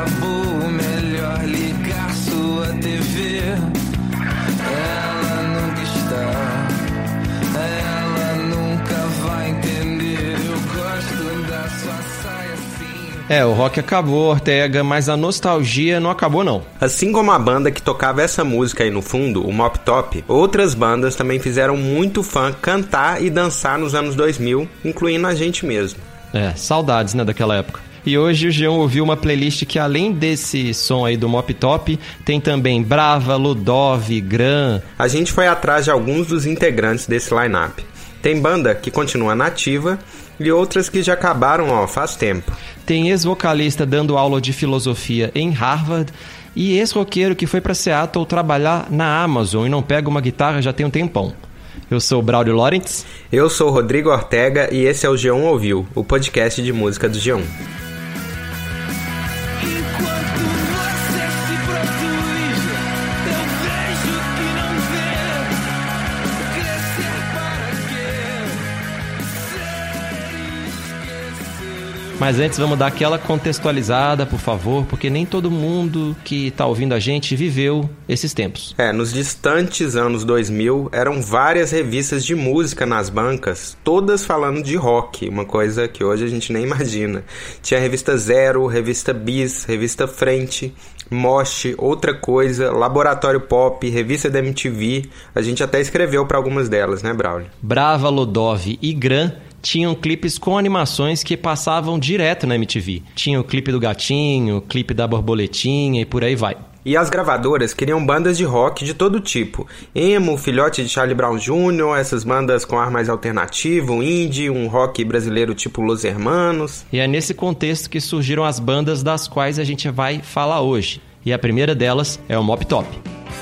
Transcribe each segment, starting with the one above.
acabou, melhor ligar sua TV. Ela nunca está, ela nunca vai entender. Eu gosto da sua saia assim. O rock acabou, Ortega, mas a nostalgia não acabou não. Assim como a banda que tocava essa música aí no fundo, o Mop Top, outras bandas também fizeram muito fã cantar e dançar nos anos 2000, incluindo a gente mesmo. Saudades, né, daquela época. E hoje o Jean ouviu uma playlist que, além desse som aí do Mop Top, tem também Brava, Ludov, Gran. A gente foi atrás de alguns dos integrantes desse line-up. Tem banda que continua nativa e outras que já acabaram, faz tempo. Tem ex-vocalista dando aula de filosofia em Harvard e ex-roqueiro que foi para Seattle trabalhar na Amazon e não pega uma guitarra já tem um tempão. Eu sou o Braulio Lawrence. Eu sou o Rodrigo Ortega e esse é o G1 Ouviu, o podcast de música do G1. Mas antes vamos dar aquela contextualizada, por favor, porque nem todo mundo que tá ouvindo a gente viveu esses tempos. Nos distantes anos 2000, eram várias revistas de música nas bancas, todas falando de rock, uma coisa que hoje a gente nem imagina. Tinha a revista Zero, revista Bis, revista Frente, Mosh, Outra Coisa, Laboratório Pop, revista da MTV. A gente até escreveu para algumas delas, né, Braulio? Brava, Ludov e Gran tinham clipes com animações que passavam direto na MTV. Tinha o clipe do gatinho, o clipe da borboletinha e por aí vai. E as gravadoras queriam bandas de rock de todo tipo. Emo, filhote de Charlie Brown Jr., essas bandas com ar mais alternativo, indie, um rock brasileiro tipo Los Hermanos. E é nesse contexto que surgiram as bandas das quais a gente vai falar hoje. E a primeira delas é o Mop Top.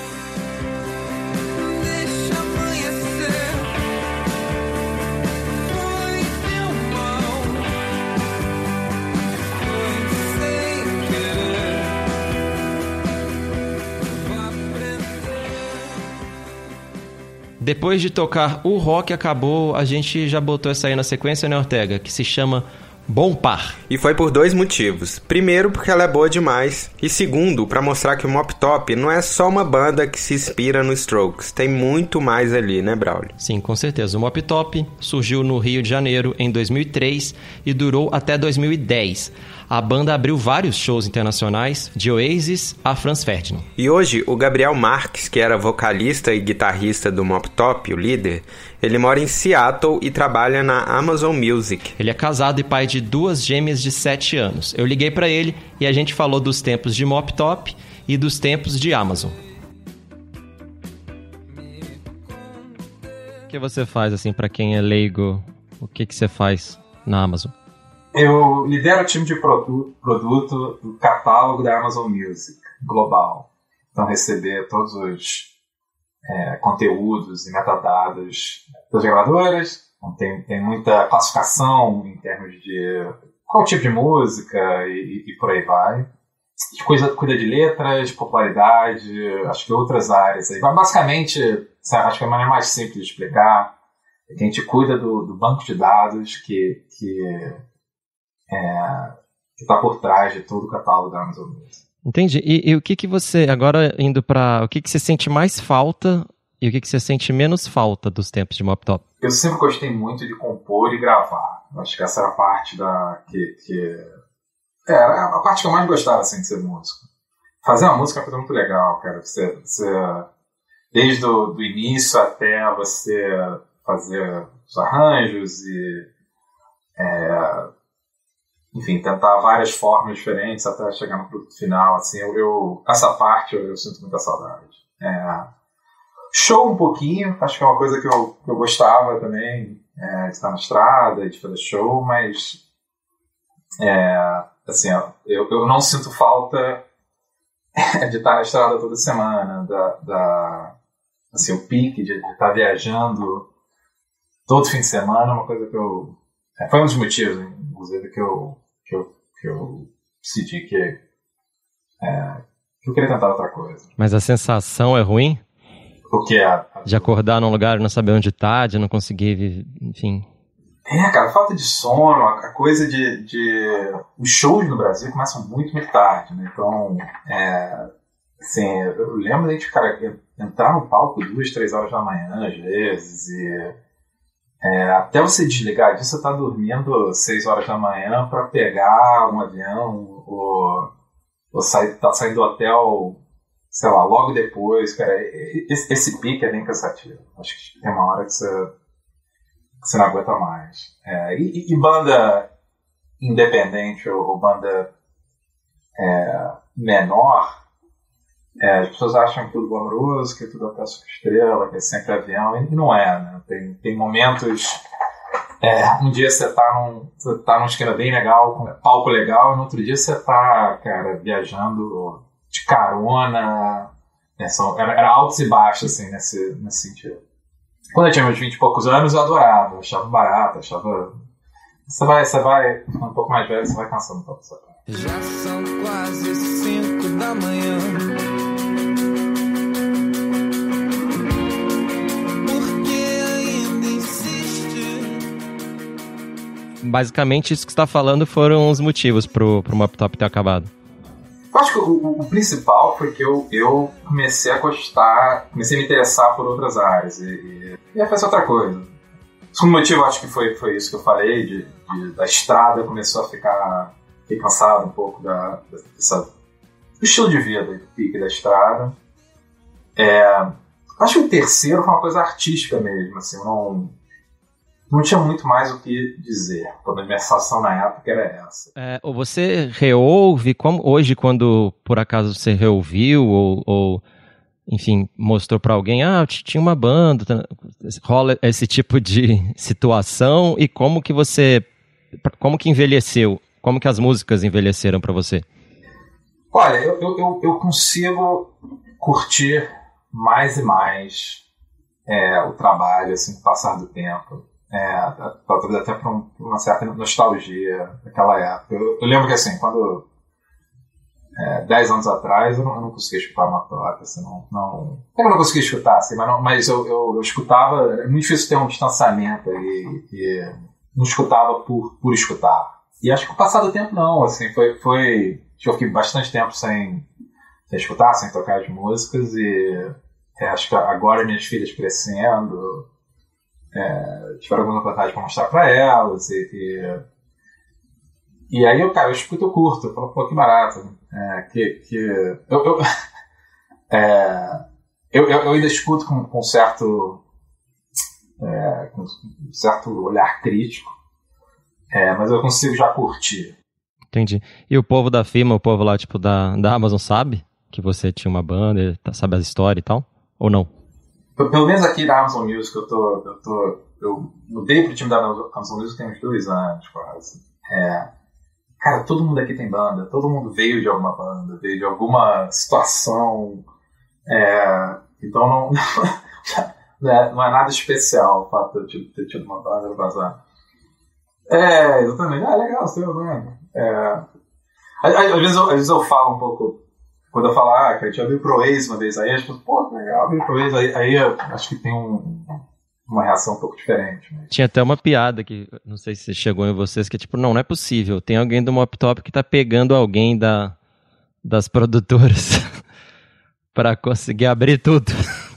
Depois de tocar O Rock Acabou, a gente já botou essa aí na sequência, né, Ortega? Que se chama Bom Par. E foi por 2 motivos. Primeiro, porque ela é boa demais. E segundo, para mostrar que o Mop Top não é só uma banda que se inspira no Strokes. Tem muito mais ali, né, Braulio? Sim, com certeza. O Mop Top surgiu no Rio de Janeiro em 2003 e durou até 2010. A banda abriu vários shows internacionais, de Oasis a Franz Ferdinand. E hoje, o Gabriel Marques, que era vocalista e guitarrista do Mop Top, o líder, ele mora em Seattle e trabalha na Amazon Music. Ele é casado e pai de 2 gêmeas de 7 anos. Eu liguei pra ele e a gente falou dos tempos de Mop Top e dos tempos de Amazon. O que você faz, assim, pra quem é leigo? O que você faz na Amazon? Eu lidero o time de produto do catálogo da Amazon Music global. Então, receber todos os conteúdos e metadados das gravadoras. Então, tem muita classificação em termos de qual tipo de música e por aí vai. A gente cuida de letras, popularidade, acho que outras áreas. Basicamente, acho que a maneira mais simples de explicar é que a gente cuida do banco de dados que está por trás de todo o catálogo da Amazon Music. Entendi. E o que você, agora indo para o que você sente mais falta e o que você sente menos falta dos tempos de Mop Top? Eu sempre gostei muito de compor e gravar. Acho que essa era a parte era a parte que eu mais gostava, assim, de ser músico. Fazer uma música é uma coisa muito legal, cara. Você desde o início até você fazer os arranjos e enfim, tentar várias formas diferentes até chegar no produto final, assim, essa parte eu sinto muita saudade. Show um pouquinho, acho que é uma coisa que eu gostava também, de estar na estrada, de fazer show, mas assim, eu não sinto falta de estar na estrada toda semana, assim, o pique de estar viajando todo fim de semana, é uma coisa que foi um dos motivos, inclusive, que eu decidi que eu queria tentar outra coisa. Mas a sensação é ruim? O que de acordar num lugar e não saber onde tá, de não conseguir, enfim... Cara, falta de sono, a coisa os shows no Brasil começam muito, muito tarde, né? Então, assim, eu lembro de cara, entrar no palco 2, 3 horas da manhã, às vezes, e até você desligar disso, você tá dormindo 6 horas da manhã para pegar um avião, ou tá saindo do hotel, sei lá, logo depois, cara. Esse pique é bem cansativo. Acho que tem uma hora que você não aguenta mais. E banda independente ou banda menor, as pessoas acham que tudo glamouroso, que tudo é peça estrela, que é sempre avião, e não é, né? Tem momentos... um dia você tá numa esquina bem legal, com palco legal, e no outro dia você tá, cara, viajando de carona. Era altos e baixos, assim, nesse sentido. Quando eu tinha meus 20 e poucos anos, eu adorava, eu achava barato, achava... Você vai um pouco mais velho, você vai cansando um pouco dessa parte. Já são quase 5 da manhã. Por que ainda insiste? Basicamente, isso que você está falando foram os motivos pro Moptop ter acabado. Eu acho que o principal foi que eu comecei a gostar, comecei a me interessar por outras áreas e ia fazer outra coisa. O segundo motivo, eu acho que foi isso que eu falei, da estrada, começou a ficar cansado um pouco do estilo de vida, do pique da estrada. Acho que o terceiro foi uma coisa artística mesmo, assim, não tinha muito mais o que dizer. A minha sensação na época era essa. Ou você reouve, como hoje, quando por acaso você reouviu, ou enfim, mostrou pra alguém, tinha uma banda, rola esse tipo de situação, e como que envelheceu? Como que as músicas envelheceram pra você? Olha, eu consigo curtir mais e mais o trabalho, assim, com o passar do tempo. Talvez até por uma certa nostalgia daquela época. Eu lembro que, assim, quando 10 anos atrás eu não conseguia escutar uma toca, assim, eu não conseguia escutar, assim, mas eu escutava. É muito difícil ter um distanciamento e não escutava por escutar. E acho que com o passar do tempo não, assim, eu fiquei bastante tempo sem escutar, sem tocar as músicas, e acho que agora minhas filhas crescendo, tiveram alguma vontade para mostrar para elas, e aí eu escuto, eu curto, eu falo, pô, que barato, eu ainda escuto com um certo olhar crítico, mas eu consigo já curtir. Entendi. E o povo da firma, o povo lá, tipo, da Amazon, sabe que você tinha uma banda, sabe as histórias e tal? Ou não? Pelo menos aqui da Amazon Music, eu mudei pro time da Amazon Music tem uns 2 anos, quase. Cara, todo mundo aqui tem banda, todo mundo veio de alguma banda, veio de alguma situação, então não é nada especial o fato de eu ter tido uma banda no bazar. Exatamente. Legal, você tem uma banda. Às vezes eu falo um pouco, quando eu falo, cara, eu tinha vindo pro Oasis uma vez, aí as pessoas, pô, legal, vindo pro Oasis, aí eu acho que tem uma reação um pouco diferente. Mas... Tinha até uma piada que, não sei se chegou em vocês, que é tipo, não é possível, tem alguém do Moptop que tá pegando alguém das produtoras pra conseguir abrir tudo.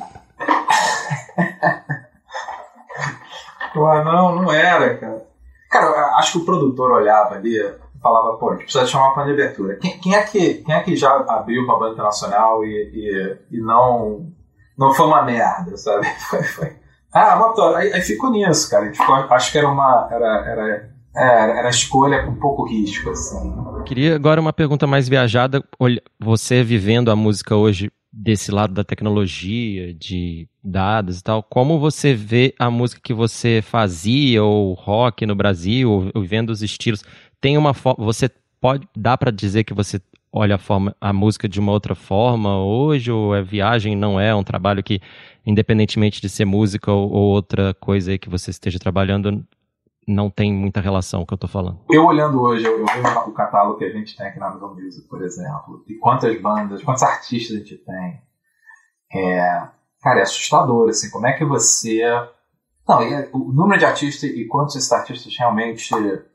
Não era, cara. Cara, eu acho que o produtor olhava ali e falava, pô, a gente precisa chamar uma banda de abertura. Quem é que já abriu uma banda internacional e não foi uma merda, sabe? Foi. Aí ficou nisso, cara. Acho que era a escolha com um pouco risco, assim. Queria agora uma pergunta mais viajada. Você vivendo a música hoje desse lado da tecnologia, de dados e tal, como você vê a música que você fazia, ou rock no Brasil, ou vendo os estilos? Tem uma forma, dá pra dizer que você olha a música de uma outra forma hoje, ou é viagem, não é um trabalho que, independentemente de ser música ou outra coisa aí que você esteja trabalhando, não tem muita relação com o que eu tô falando? Eu olhando hoje, eu vejo o catálogo que a gente tem aqui na Amazon Music, por exemplo, e quantas bandas, quantos artistas a gente tem. Cara, é assustador, assim, como é que você Não, e o número de artistas e quantos esses artistas realmente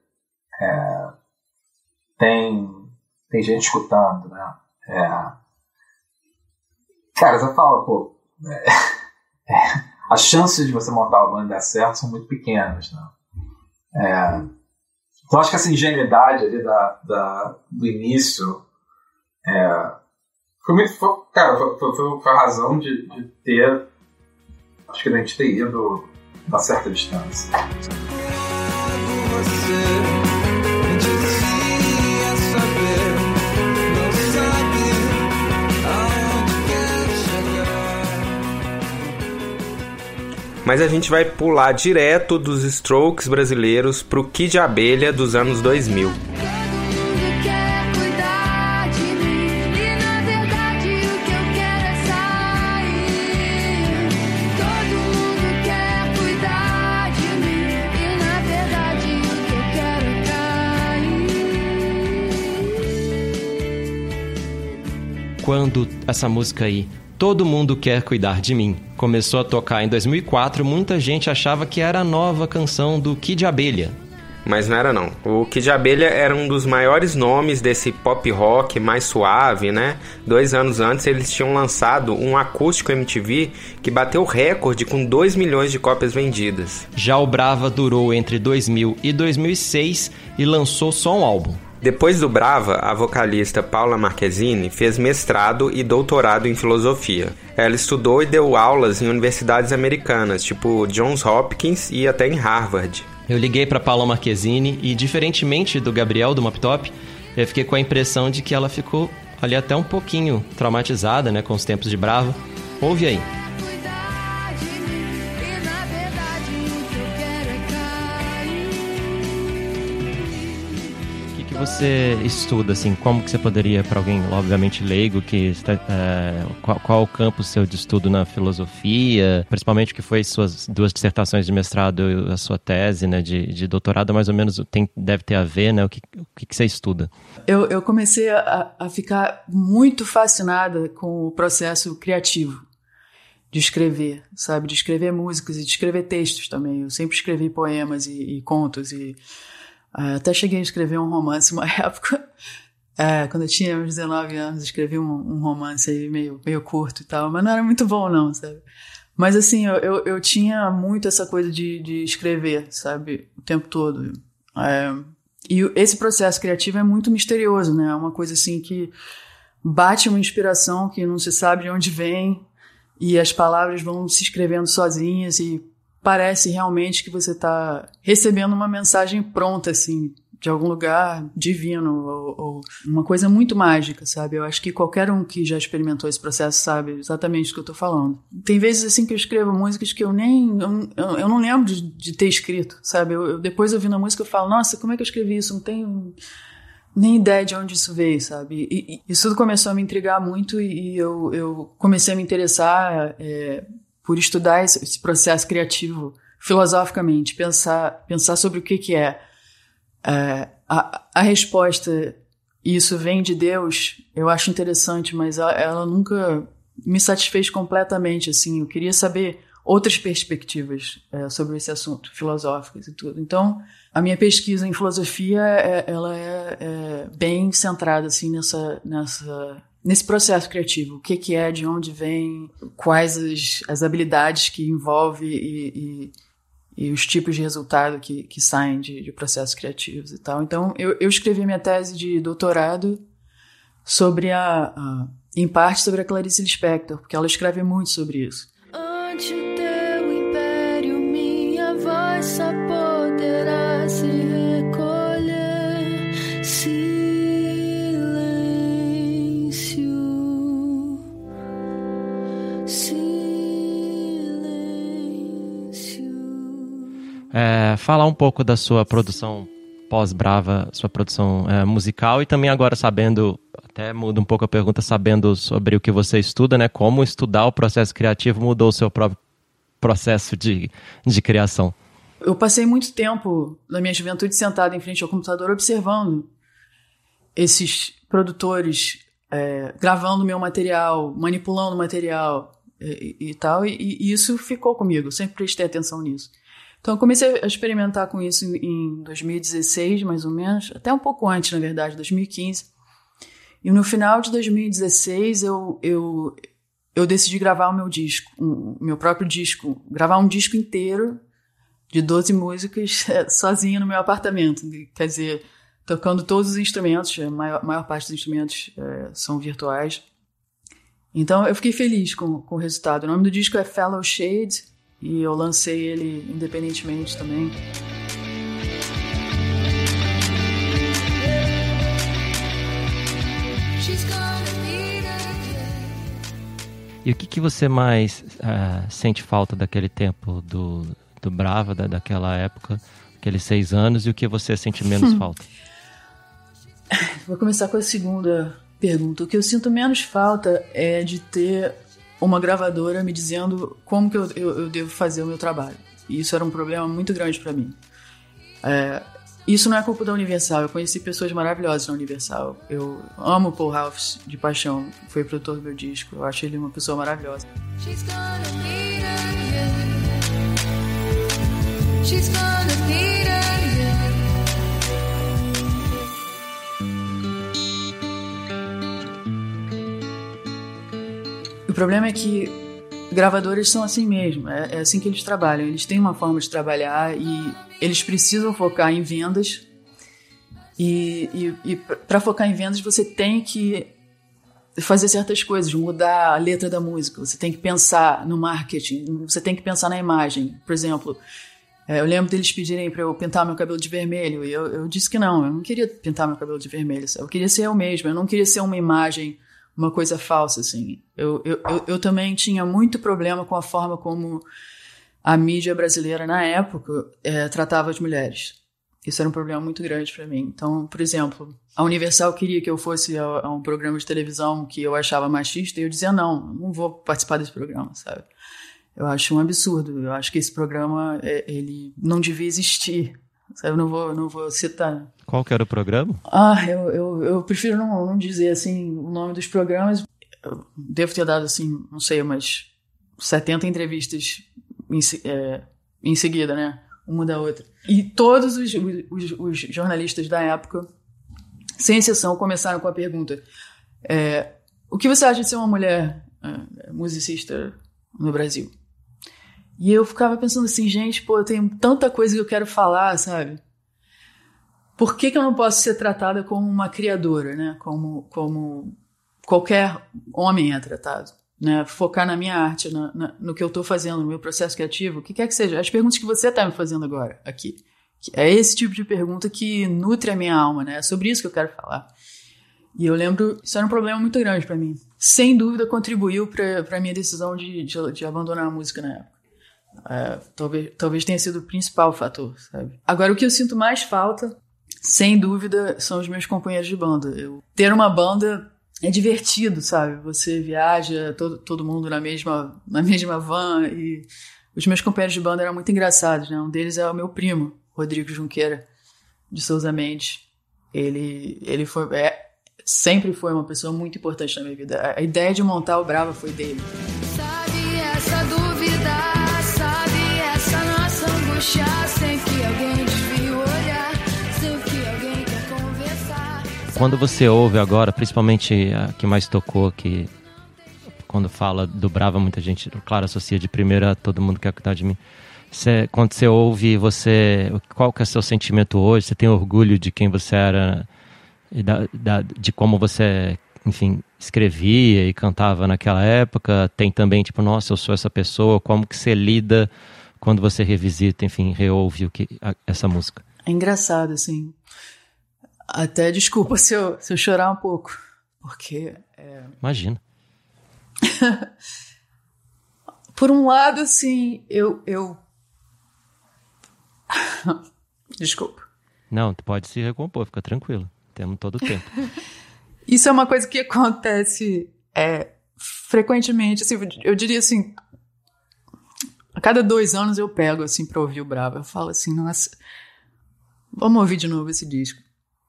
tem gente escutando, né? Cara, você fala, pô, as chances de você montar uma banda dar certo são muito pequenas, né? Então acho que essa ingenuidade ali do início foi a razão de ter, acho que a gente ter ido a certa distância. Mas a gente vai pular direto dos Strokes brasileiros pro Kid Abelha dos anos 2000. Quando essa música aí, Todo Mundo Quer Cuidar de Mim, começou a tocar em 2004, muita gente achava que era a nova canção do Kid Abelha. Mas não era não. O Kid Abelha era um dos maiores nomes desse pop rock mais suave, né? 2 anos antes eles tinham lançado um acústico MTV que bateu recorde com 2 milhões de cópias vendidas. Já o Brava durou entre 2000 e 2006 e lançou só um álbum. Depois do Brava, a vocalista Paula Marquezine fez mestrado e doutorado em filosofia. Ela estudou e deu aulas em universidades americanas, tipo Johns Hopkins e até em Harvard. Eu liguei para Paula Marquezine e, diferentemente do Gabriel do Mop Top, eu fiquei com a impressão de que ela ficou ali até um pouquinho traumatizada, né, com os tempos de Brava. Ouve aí. Você estuda, assim, como que você poderia, para alguém, obviamente, leigo, que está, qual o campo seu de estudo na filosofia, principalmente o que foi suas 2 dissertações de mestrado e a sua tese, né, de doutorado, mais ou menos deve ter a ver, né, o que você estuda? Eu comecei a ficar muito fascinada com o processo criativo de escrever, sabe, de escrever músicas e de escrever textos também. Eu sempre escrevi poemas e contos e até cheguei a escrever um romance uma época, quando eu tinha uns 19 anos, escrevi um romance aí meio curto e tal, mas não era muito bom não, sabe? Mas assim, eu tinha muito essa coisa de escrever, sabe, o tempo todo. E esse processo criativo é muito misterioso, né? É uma coisa assim que bate uma inspiração que não se sabe de onde vem e as palavras vão se escrevendo sozinhas e parece realmente que você está recebendo uma mensagem pronta, assim, de algum lugar divino, ou uma coisa muito mágica, sabe? Eu acho que qualquer um que já experimentou esse processo sabe exatamente o que eu estou falando. Tem vezes, assim, que eu escrevo músicas que eu não lembro de ter escrito, sabe? Depois ouvindo a música eu falo, nossa, como é que eu escrevi isso? Não tenho nem ideia de onde isso veio, sabe? E isso tudo começou a me intrigar muito e eu comecei a me interessar por estudar esse processo criativo filosoficamente, pensar sobre o que é. A resposta, isso vem de Deus, eu acho interessante, mas ela nunca me satisfez completamente, assim. Eu queria saber outras perspectivas sobre esse assunto, filosóficas e tudo. Então, a minha pesquisa em filosofia, ela é bem centrada, assim, nesse processo criativo. O que é, de onde vem, quais as habilidades que envolve e os tipos de resultado que saem de processos criativos e tal. Então, eu escrevi minha tese de doutorado sobre em parte sobre a Clarice Lispector, porque ela escreve muito sobre isso. Ante teu império, minha voz só poderá se recolher. Falar um pouco da sua produção pós-Brava, sua produção musical, e também agora sabendo, até muda um pouco a pergunta, sabendo sobre o que você estuda, né? Como estudar o processo criativo mudou o seu próprio processo de criação. Eu passei muito tempo na minha juventude sentado em frente ao computador observando esses produtores gravando meu material, manipulando o material e tal, e isso ficou comigo, eu sempre prestei atenção nisso. Então eu comecei a experimentar com isso em 2016, mais ou menos, até um pouco antes, na verdade, 2015. E no final de 2016 eu decidi gravar o meu disco, o meu próprio disco, gravar um disco inteiro de 12 músicas sozinha no meu apartamento. Quer dizer, tocando todos os instrumentos, a maior parte dos instrumentos são virtuais. Então eu fiquei feliz com o resultado. O nome do disco é Fellow Shade e eu lancei ele independentemente também. E o que você mais sente falta daquele tempo do Brava, daquela época, aqueles 6 anos, e o que você sente menos falta? Vou começar com a segunda pergunta. O que eu sinto menos falta é de ter uma gravadora me dizendo como que eu devo fazer o meu trabalho. E isso era um problema muito grande para mim. Isso não é culpa da Universal. Eu conheci pessoas maravilhosas na Universal. Eu amo o Paul Ralphs de paixão, que foi produtor do meu disco. Eu acho ele uma pessoa maravilhosa. She's gonna need her, yeah. She's gonna need her, yeah. O problema é que gravadores são assim mesmo, é assim que eles trabalham. Eles têm uma forma de trabalhar e eles precisam focar em vendas. E para focar em vendas você tem que fazer certas coisas, mudar a letra da música, você tem que pensar no marketing, você tem que pensar na imagem. Por exemplo, eu lembro deles pedirem para eu pintar meu cabelo de vermelho e eu disse que não, eu não queria pintar meu cabelo de vermelho, eu queria ser eu mesmo, eu não queria ser uma imagem, uma coisa falsa, assim. Eu também tinha muito problema com a forma como a mídia brasileira, na época, tratava as mulheres. Isso era um problema muito grande para mim. Então, por exemplo, a Universal queria que eu fosse a um programa de televisão que eu achava machista e eu dizia, não vou participar desse programa, sabe? Eu acho um absurdo. Eu acho que esse programa, ele não devia existir. Sabe? Eu não vou citar. Qual que era o programa? Eu prefiro não dizer, assim, o nome dos programas. Eu devo ter dado, assim, não sei, umas 70 entrevistas em seguida, né? Uma da outra. E todos os jornalistas da época, sem exceção, começaram com a pergunta: o que você acha de ser uma mulher musicista no Brasil? E eu ficava pensando assim, gente, eu tenho tanta coisa que eu quero falar, sabe? Por que eu não posso ser tratada como uma criadora, né? Como qualquer homem é tratado? Né? Focar na minha arte, no que eu estou fazendo, no meu processo criativo, o que quer que seja. As perguntas que você está me fazendo agora, aqui. É esse tipo de pergunta que nutre a minha alma, né? É sobre isso que eu quero falar. E eu lembro, isso era um problema muito grande para mim. Sem dúvida contribuiu para a minha decisão de abandonar a música na época. Talvez tenha sido o principal fator, sabe? Agora, o que eu sinto mais falta, sem dúvida, são os meus companheiros de banda. Ter uma banda é divertido, sabe? Você viaja, todo mundo na mesma van, e os meus companheiros de banda eram muito engraçados, né? Um deles é o meu primo, Rodrigo Junqueira, de Souza Mendes. Ele sempre foi uma pessoa muito importante na minha vida. A ideia de montar o Brava foi dele. Sabe essa dúvida, sabe essa nossa angústia, sem que alguém desvie o olhar, sem que alguém quer conversar. Quando você ouve agora, principalmente a que mais tocou, que quando fala do Brava, muita gente, claro, associa de primeira a Todo Mundo Quer Cuidar de Mim. Quando você ouve, qual que é o seu sentimento hoje? Você tem orgulho de quem você era, de como você, enfim, escrevia e cantava naquela época? Tem também, tipo, nossa, eu sou essa pessoa. Como que você lida quando você revisita, enfim, reouve essa música? É engraçado, assim. Até desculpa se eu chorar um pouco, porque... Imagina. Por um lado, assim, eu... Desculpa. Não, tu pode se recompor, fica tranquilo. Temos todo o tempo. Isso é uma coisa que acontece frequentemente. Assim, eu diria assim, a cada 2 anos eu pego assim pra ouvir o Brava. Eu falo assim, nossa, vamos ouvir de novo esse disco.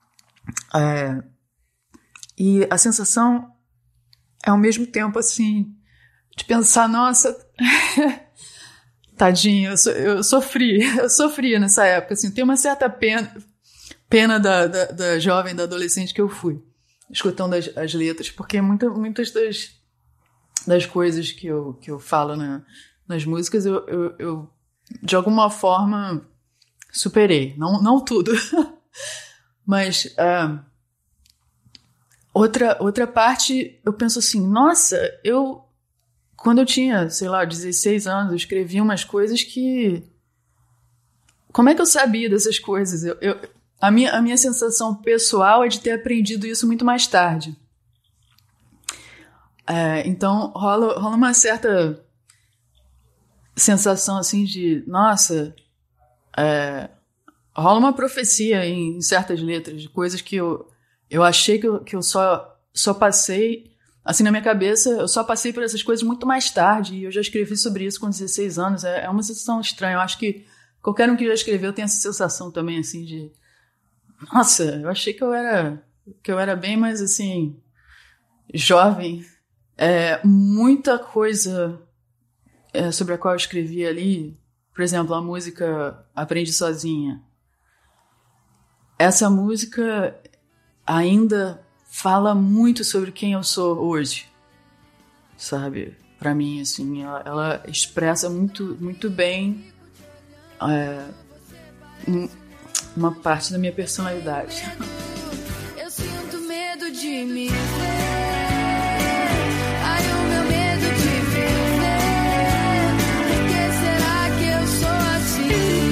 E a sensação é ao mesmo tempo assim, de pensar, nossa, Tadinho, eu sofri nessa época, assim, tem uma certa pena da jovem, da adolescente que eu fui, escutando as letras, porque muitas das coisas que eu falo nas músicas, eu de alguma forma superei, não tudo, mas outra parte eu penso assim, nossa, quando eu tinha, sei lá, 16 anos, eu escrevia umas coisas que... Como é que eu sabia dessas coisas? A minha sensação pessoal é de ter aprendido isso muito mais tarde. Então, rola uma certa sensação, assim, de... Nossa, rola uma profecia em certas letras, de coisas que eu achei que eu só passei... Assim, na minha cabeça, eu só passei por essas coisas muito mais tarde, e eu já escrevi sobre isso com 16 anos. É uma sensação estranha. Eu acho que qualquer um que já escreveu tem essa sensação também, assim, de... Nossa, eu achei que eu era bem mais, assim, jovem. Muita coisa sobre a qual eu escrevi ali, por exemplo, a música Aprendi Sozinha. Essa música ainda... fala muito sobre quem eu sou hoje, sabe? Pra mim, assim, ela expressa muito bem uma parte da minha personalidade. Eu sinto medo de me ver. Ai, o meu medo de viver. Por que será que eu sou assim?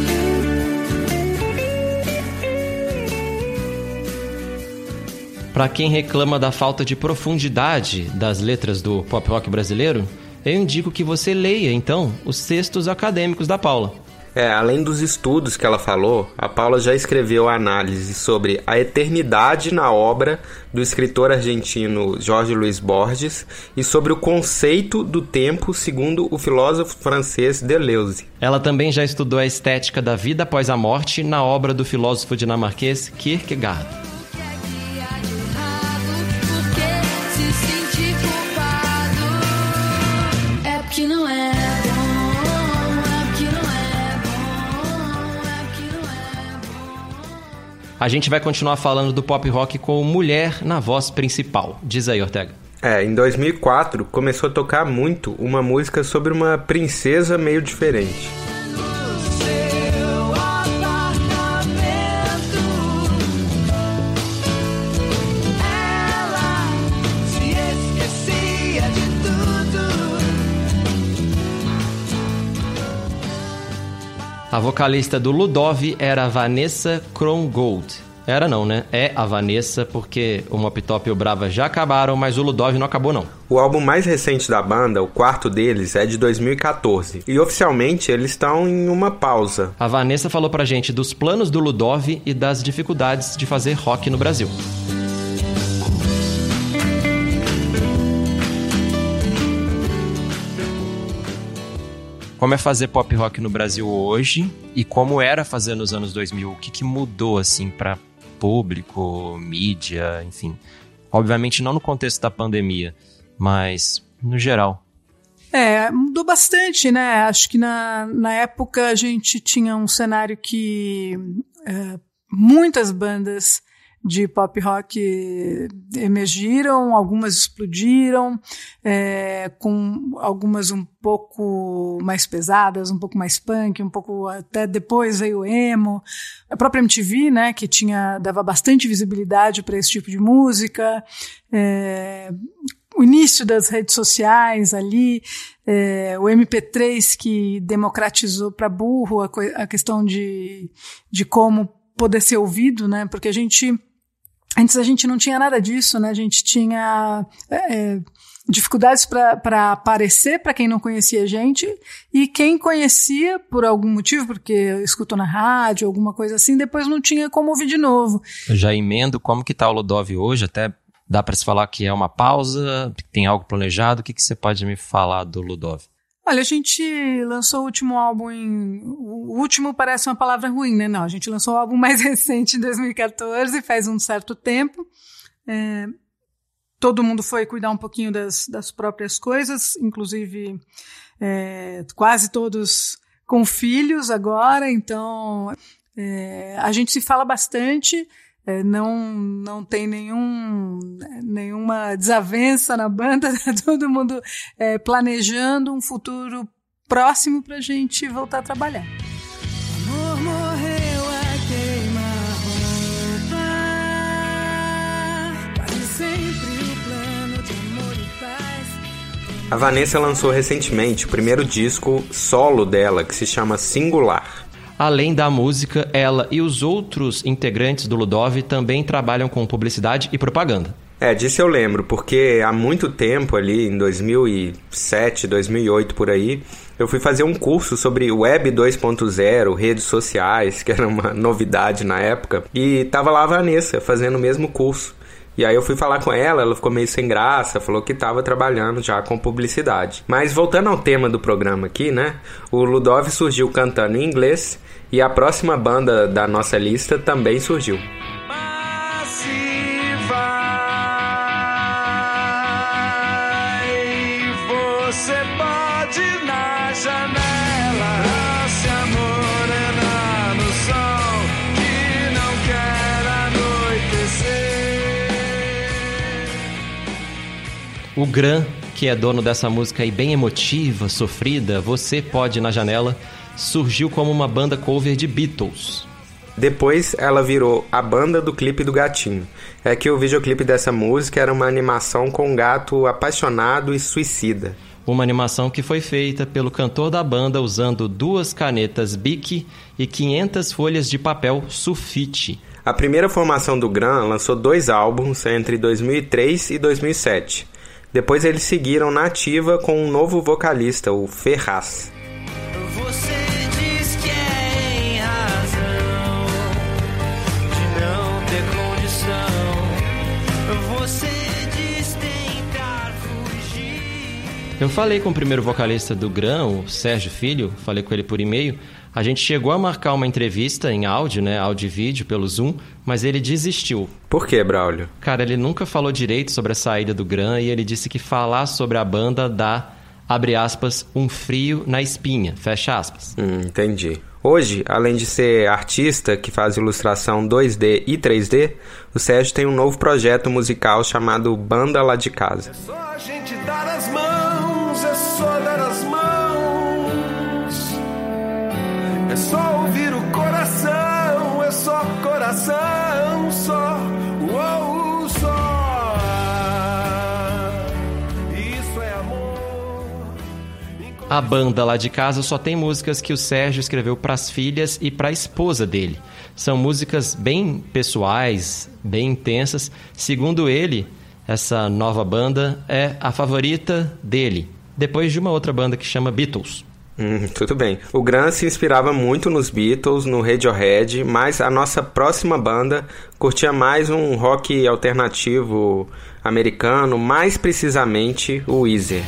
Para quem reclama da falta de profundidade das letras do pop rock brasileiro, eu indico que você leia, então, os textos acadêmicos da Paula. Além dos estudos que ela falou, a Paula já escreveu análise sobre a eternidade na obra do escritor argentino Jorge Luis Borges e sobre o conceito do tempo segundo o filósofo francês Deleuze. Ela também já estudou a estética da vida após a morte na obra do filósofo dinamarquês Kierkegaard. A gente vai continuar falando do pop rock com Mulher na voz principal. Diz aí, Ortega. Em 2004, começou a tocar muito uma música sobre uma princesa meio diferente. A vocalista do Ludov era a Vanessa Krongold. Era não, né? É a Vanessa, porque o Mop Top e o Brava já acabaram, mas o Ludov não acabou, não. O álbum mais recente da banda, o quarto deles, é de 2014. E oficialmente eles estão em uma pausa. A Vanessa falou pra gente dos planos do Ludov e das dificuldades de fazer rock no Brasil. Como é fazer pop rock no Brasil hoje e como era fazer nos anos 2000? O que mudou, assim, para público, mídia, enfim? Obviamente não no contexto da pandemia, mas no geral. Mudou bastante, né? Acho que na época a gente tinha um cenário que muitas bandas de pop rock emergiram, algumas explodiram, com algumas um pouco mais pesadas, um pouco mais punk, um pouco até depois veio o emo. A própria MTV, né, que dava bastante visibilidade para esse tipo de música. O início das redes sociais ali, o MP3 que democratizou para burro a questão de como poder ser ouvido, né, porque antes a gente não tinha nada disso, né? A gente tinha dificuldades para aparecer para quem não conhecia a gente, e quem conhecia por algum motivo, porque escutou na rádio, alguma coisa assim, depois não tinha como ouvir de novo. Eu já emendo como que tá o Ludov hoje, até dá para se falar que é uma pausa, tem algo planejado. O que você pode me falar do Ludov? Olha, a gente lançou o último álbum o último parece uma palavra ruim, né? Não, a gente lançou o álbum mais recente em 2014, faz um certo tempo. Todo mundo foi cuidar um pouquinho das próprias coisas, inclusive quase todos com filhos agora, então a gente se fala bastante, não tem nenhuma desavença na banda, todo mundo planejando um futuro próximo pra gente voltar a trabalhar. Amor morreu a queima-roupa, quase sempre o plano de amor e paz. A Vanessa lançou recentemente o primeiro disco solo dela, que se chama Singular. Além da música, ela e os outros integrantes do Ludov também trabalham com publicidade e propaganda. Disso eu lembro, porque há muito tempo ali, em 2007, 2008, por aí, eu fui fazer um curso sobre Web 2.0, redes sociais, que era uma novidade na época, e tava lá a Vanessa fazendo o mesmo curso. E aí eu fui falar com ela ficou meio sem graça, falou que estava trabalhando já com publicidade. Mas voltando ao tema do programa aqui, né? O Ludov surgiu cantando em inglês e a próxima banda da nossa lista também surgiu. Mas se vai, você pode ir na janela, se amorenar no sol que não quer anoitecer. O Gran, que é dono dessa música aí bem emotiva, sofrida, Você Pode Ir na Janela, surgiu como uma banda cover de Beatles. Depois ela virou a banda do clipe do gatinho. É que o videoclipe dessa música era uma animação com um gato apaixonado e suicida. Uma animação que foi feita pelo cantor da banda usando 2 canetas Bic e 500 folhas de papel sulfite. A primeira formação do Gran lançou 2 álbuns entre 2003 e 2007. Depois eles seguiram na ativa com um novo vocalista, o Ferraz. Você diz que é em razão de não ter condição. Você diz tentar fugir. Eu falei com o primeiro vocalista do Gran, o Sérgio Filho, falei com ele por e-mail. A gente chegou a marcar uma entrevista em áudio, né, áudio e vídeo pelo Zoom, mas ele desistiu. Por quê, Braulio? Cara, ele nunca falou direito sobre a saída do Gran e ele disse que falar sobre a banda dá, abre aspas, um frio na espinha, fecha aspas. Entendi. Hoje, além de ser artista que faz ilustração 2D e 3D, o Sérgio tem um novo projeto musical chamado Banda Lá de Casa. É só a gente dar as mãos, é só dar as mãos. É só ouvir o coração, é só coração, só, uou, só. Isso é amor. A Banda Lá de Casa só tem músicas que o Sérgio escreveu para as filhas e para a esposa dele. São músicas bem pessoais, bem intensas. Segundo ele, essa nova banda é a favorita dele, depois de uma outra banda que chama Beatles. Tudo bem. O Gran se inspirava muito nos Beatles, no Radiohead, mas a nossa próxima banda curtia mais um rock alternativo americano, mais precisamente o Weezer.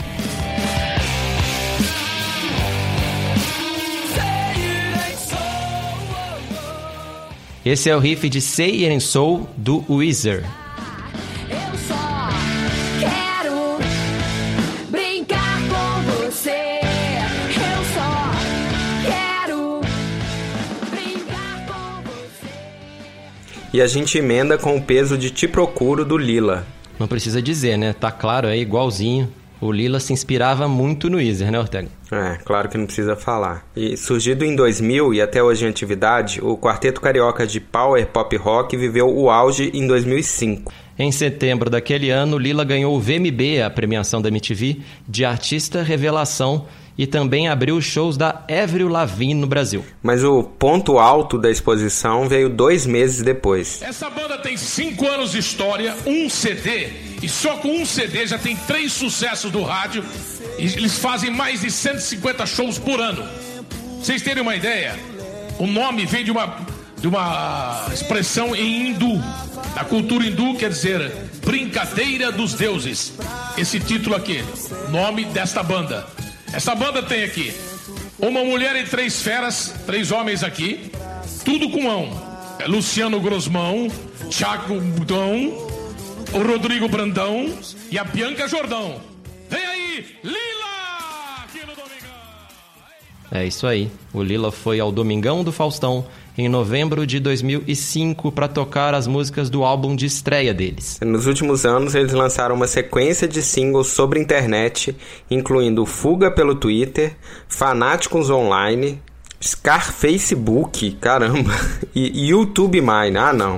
Esse é o riff de Say It Ain't So do Weezer. Eu só quero brincar com você. Eu só quero brincar com você. E a gente emenda com o peso de Te Procuro do Lila. Não precisa dizer, né? Tá claro, é igualzinho. O Lila se inspirava muito no Weezer, né, Ortega? Claro que não precisa falar. E surgido em 2000 e até hoje em atividade, o Quarteto Carioca de Power Pop Rock viveu o auge em 2005. Em setembro daquele ano, Lila ganhou o VMB, a premiação da MTV, de Artista Revelação, e também abriu os shows da Avril Lavigne no Brasil. Mas o ponto alto da exposição veio 2 meses depois. Essa banda tem 5 anos de história, um CD, e só com um CD já tem 3 sucessos do rádio, e eles fazem mais de 150 shows por ano. Pra vocês terem uma ideia, o nome vem de uma expressão em hindu, da cultura hindu, quer dizer Brincadeira dos Deuses. Esse título aqui, nome desta banda. Essa banda tem aqui uma mulher e 3 feras, 3 homens aqui, tudo com mão. É Luciano Grosmão, Thiago Budão, o Rodrigo Brandão e a Bianca Jordão. Vem aí, Lila! Aqui no Domingão. É isso aí. O Lila foi ao Domingão do Faustão em novembro de 2005 para tocar as músicas do álbum de estreia deles. Nos últimos anos, eles lançaram uma sequência de singles sobre internet, incluindo Fuga pelo Twitter, Fanáticos Online, Scarfacebook, caramba, e YouTube Mine. Ah, não.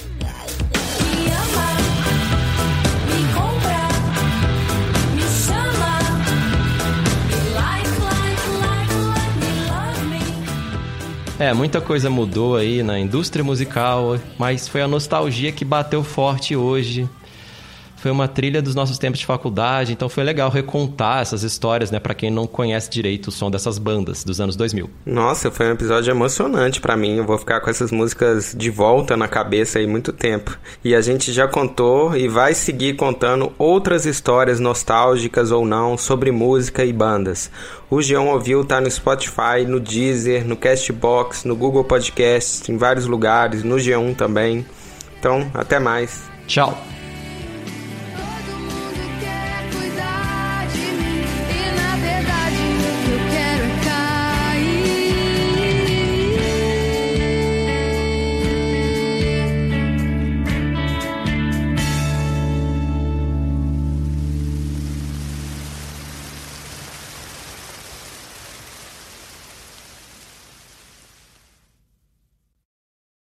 Muita coisa mudou aí na indústria musical, mas foi a nostalgia que bateu forte hoje. Foi uma trilha dos nossos tempos de faculdade, então foi legal recontar essas histórias, né, pra quem não conhece direito o som dessas bandas dos anos 2000. Nossa, foi um episódio emocionante pra mim. Eu vou ficar com essas músicas de volta na cabeça aí muito tempo. E a gente já contou e vai seguir contando outras histórias nostálgicas ou não sobre música e bandas. O G1 Ouviu tá no Spotify, no Deezer, no Castbox, no Google Podcasts, em vários lugares, no G1 também. Então, até mais. Tchau.